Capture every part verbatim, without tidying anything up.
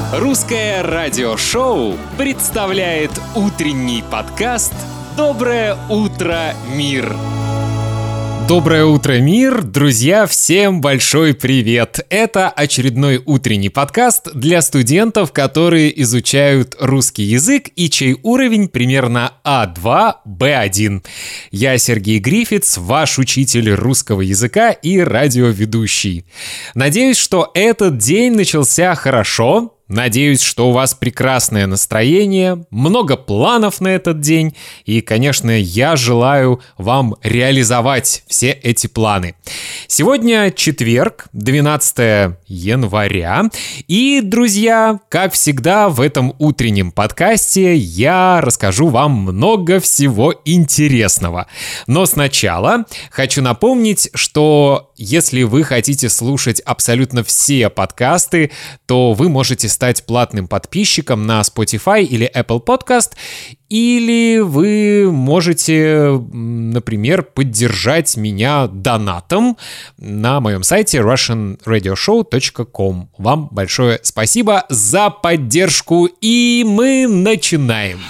Русское радиошоу представляет утренний подкаст «Доброе утро, мир». Доброе утро, мир! Друзья, всем большой привет! Это очередной утренний подкаст для студентов, которые изучают русский язык и чей уровень примерно а два бэ один. Я Сергей Грифиц, ваш учитель русского языка и радиоведущий. Надеюсь, что этот день начался хорошо. Надеюсь, что у вас прекрасное настроение, много планов на этот день, и, конечно, я желаю вам реализовать все эти планы. Сегодня четверг, двенадцатое января, и, друзья, как всегда в этом утреннем подкасте я расскажу вам много всего интересного. Но сначала хочу напомнить, что если вы хотите слушать абсолютно все подкасты, то вы можете стать платным подписчиком на Spotify или Apple Podcast, или вы можете, например, поддержать меня донатом на моем сайте russian radio show точка com. Вам большое спасибо за поддержку, и мы начинаем!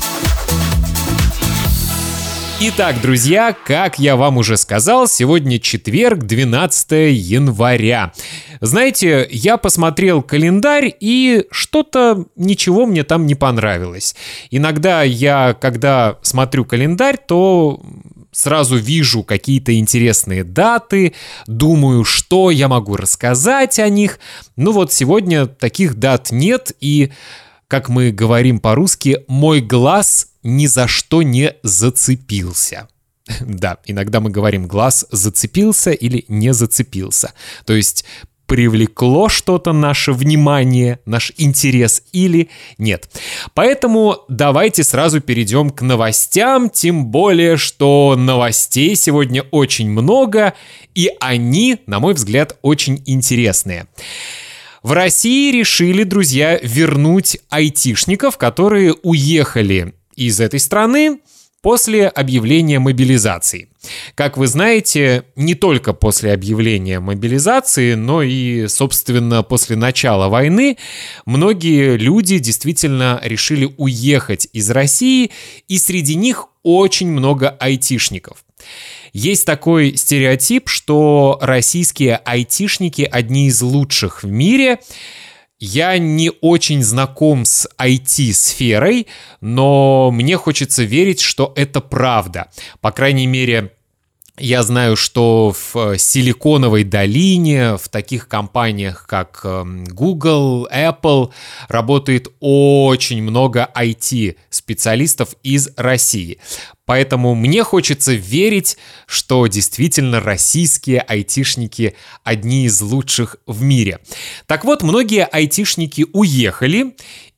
Итак, друзья, как я вам уже сказал, сегодня четверг, двенадцатое января. Знаете, я посмотрел календарь, и что-то ничего мне там не понравилось. Иногда я, когда смотрю календарь, то сразу вижу какие-то интересные даты, думаю, что я могу рассказать о них. Ну вот сегодня таких дат нет, и, как мы говорим по-русски, мой глаз ни за что не зацепился. Да, иногда мы говорим «глаз зацепился» или «не зацепился». То есть привлекло что-то наше внимание, наш интерес или нет. Поэтому давайте сразу перейдем к новостям, тем более, что новостей сегодня очень много, и они, на мой взгляд, очень интересные. В России решили, друзья, вернуть айтишников, которые уехали из этой страны после объявления мобилизации. Как вы знаете, не только после объявления мобилизации, но и, собственно, после начала войны многие люди действительно решили уехать из России, и среди них очень много айтишников. Есть такой стереотип, что российские айтишники одни из лучших в мире. Я не очень знаком с ай ти-сферой, но мне хочется верить, что это правда. По крайней мере, я знаю, что в Силиконовой долине, в таких компаниях, как Google, Apple, работает очень много ай ти-специалистов из России. Поэтому мне хочется верить, что действительно российские айтишники одни из лучших в мире. Так вот, многие айтишники уехали,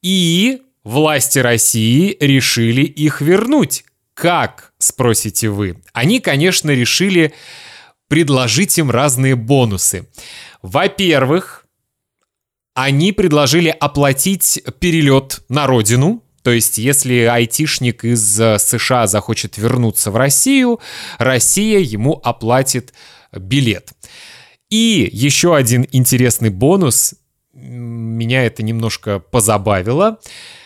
и власти России решили их вернуть. Как, спросите вы? Они, конечно, решили предложить им разные бонусы. Во-первых, они предложили оплатить перелет на родину. То есть, если айтишник из США захочет вернуться в Россию, Россия ему оплатит билет. И еще один интересный бонус, меня это немножко позабавило,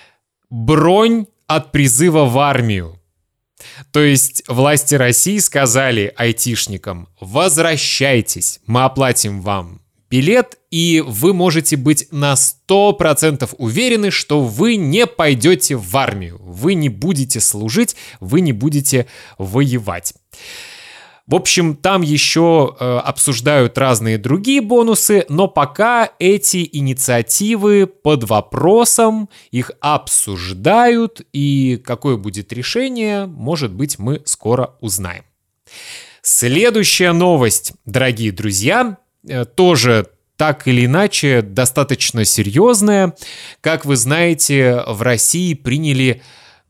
бронь от призыва в армию. То есть власти России сказали айтишникам: возвращайтесь, мы оплатим вам билет, и вы можете быть на сто процентов уверены, что вы не пойдете в армию, вы не будете служить, вы не будете воевать. В общем, там еще э, обсуждают разные другие бонусы, но пока эти инициативы под вопросом, их обсуждают, и какое будет решение, может быть, мы скоро узнаем. Следующая новость, дорогие друзья, э, тоже так или иначе достаточно серьезная. Как вы знаете, в России приняли,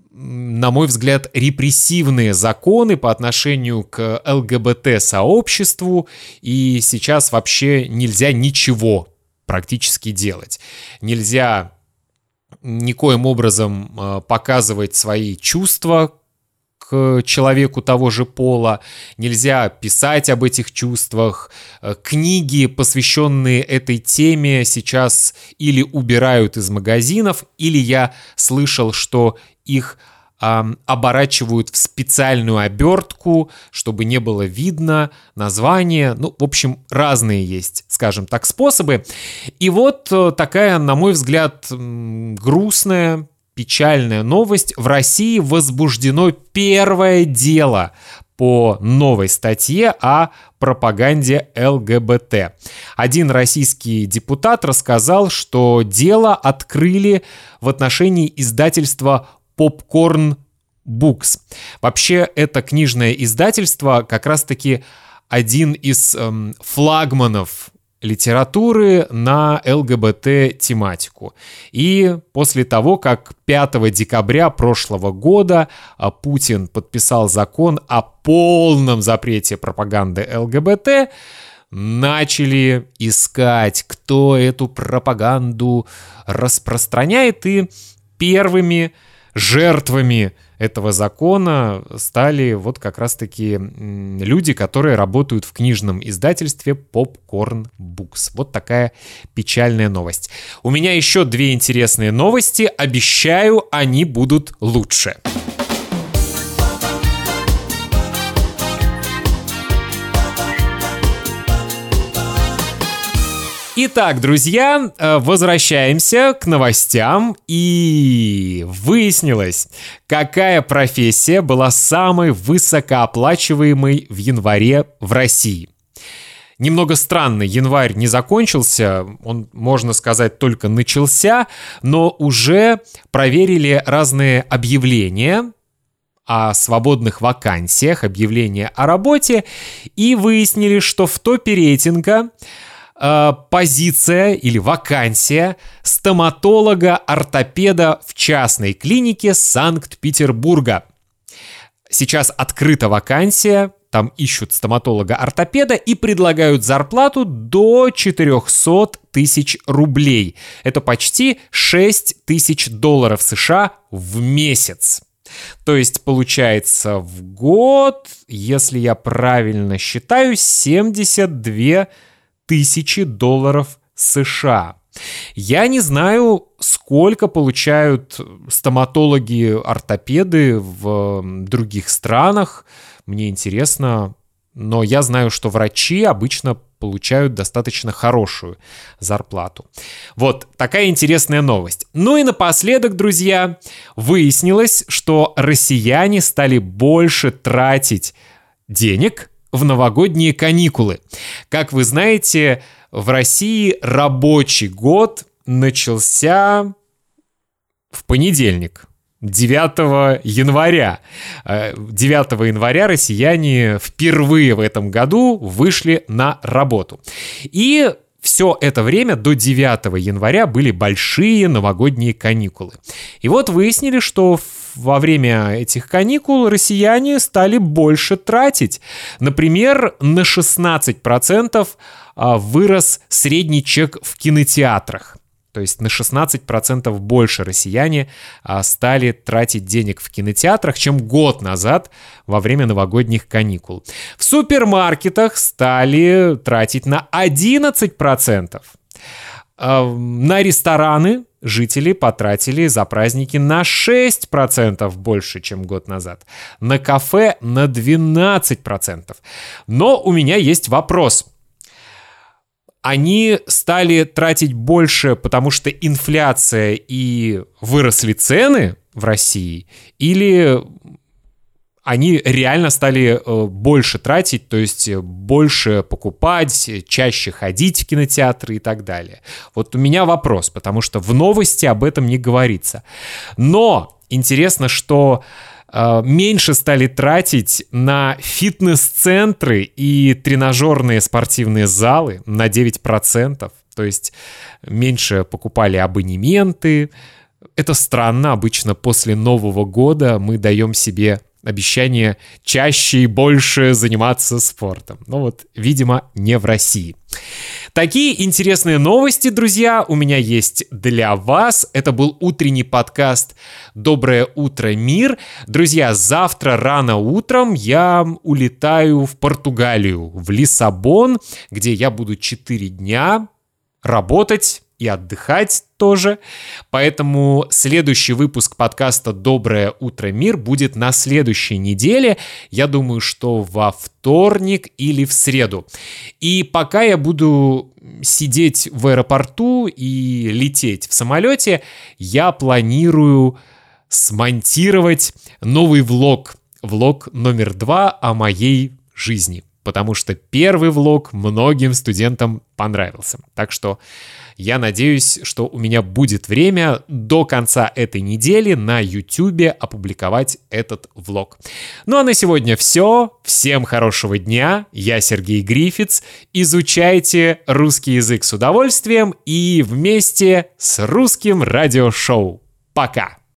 на мой взгляд, репрессивные законы по отношению к эл гэ бэ тэ-сообществу, и сейчас вообще нельзя ничего практически делать. Нельзя никоим образом показывать свои чувства к человеку того же пола, нельзя писать об этих чувствах. Книги, посвященные этой теме, сейчас или убирают из магазинов, или я слышал, что их оборачивают в специальную обертку, чтобы не было видно название. Ну, в общем, разные есть, скажем так, способы. И вот такая, на мой взгляд, грустная, печальная новость. В России возбуждено первое дело по новой статье о пропаганде эл гэ бэ тэ. Один российский депутат рассказал, что дело открыли в отношении издательства Popcorn Books. Вообще, это книжное издательство как раз-таки один из эм, флагманов литературы на эл гэ бэ тэ тематику. И после того, как пятого декабря прошлого года Путин подписал закон о полном запрете пропаганды эл гэ бэ тэ, начали искать, кто эту пропаганду распространяет, и первыми жертвами этого закона стали вот как раз-таки люди, которые работают в книжном издательстве Popcorn Books. Вот такая печальная новость. У меня еще две интересные новости. Обещаю, они будут лучше. Итак, друзья, возвращаемся к новостям, и выяснилось, какая профессия была самой высокооплачиваемой в январе в России. Немного странно, январь не закончился, он, можно сказать, только начался, но уже проверили разные объявления о свободных вакансиях, объявления о работе, и выяснили, что в топе рейтинга позиция или вакансия стоматолога-ортопеда в частной клинике Санкт-Петербурга. Сейчас открыта вакансия, там ищут стоматолога-ортопеда и предлагают зарплату до четыреста тысяч рублей. Это почти шесть тысяч долларов США в месяц. То есть получается в год, если я правильно считаю, семьдесят две тысячи долларов США. Я не знаю, сколько получают стоматологи-ортопеды в других странах. Мне интересно, но я знаю, что врачи обычно получают достаточно хорошую зарплату. Вот такая интересная новость. Ну и напоследок, друзья, выяснилось, что россияне стали больше тратить денег в новогодние каникулы. Как вы знаете, в России рабочий год начался в понедельник, девятого января. девятого января россияне впервые в этом году вышли на работу. И все это время до девятого января были большие новогодние каникулы. И вот выяснили, что во время этих каникул россияне стали больше тратить. Например, на шестнадцать процентов вырос средний чек в кинотеатрах. То есть на шестнадцать процентов больше россияне стали тратить денег в кинотеатрах, чем год назад во время новогодних каникул. В супермаркетах стали тратить на одиннадцать процентов. На рестораны жители потратили за праздники на шесть процентов больше, чем год назад. На кафе на двенадцать процентов. Но у меня есть вопрос. Они стали тратить больше, потому что инфляция и выросли цены в России, или они реально стали больше тратить, то есть больше покупать, чаще ходить в кинотеатры и так далее? Вот у меня вопрос, потому что в новости об этом не говорится. Но интересно, что меньше стали тратить на фитнес-центры и тренажерные спортивные залы на девять процентов. То есть меньше покупали абонементы. Это странно. Обычно после Нового года мы даем себе обещание чаще и больше заниматься спортом. Но вот, видимо, не в России. Такие интересные новости, друзья, у меня есть для вас. Это был утренний подкаст «Доброе утро, мир». Друзья, завтра рано утром я улетаю в Португалию, в Лиссабон, где я буду четыре дня работать и отдыхать тоже. Поэтому следующий выпуск подкаста «Доброе утро, мир» будет на следующей неделе. Я думаю, что во вторник или в среду. И пока я буду сидеть в аэропорту и лететь в самолете, я планирую смонтировать новый влог. Влог номер два о моей жизни. Потому что первый влог многим студентам понравился. Так что я надеюсь, что у меня будет время до конца этой недели на YouTube опубликовать этот влог. Ну а на сегодня все. Всем хорошего дня. Я Сергей Грифиц. Изучайте русский язык с удовольствием и вместе с русским радиошоу. Пока!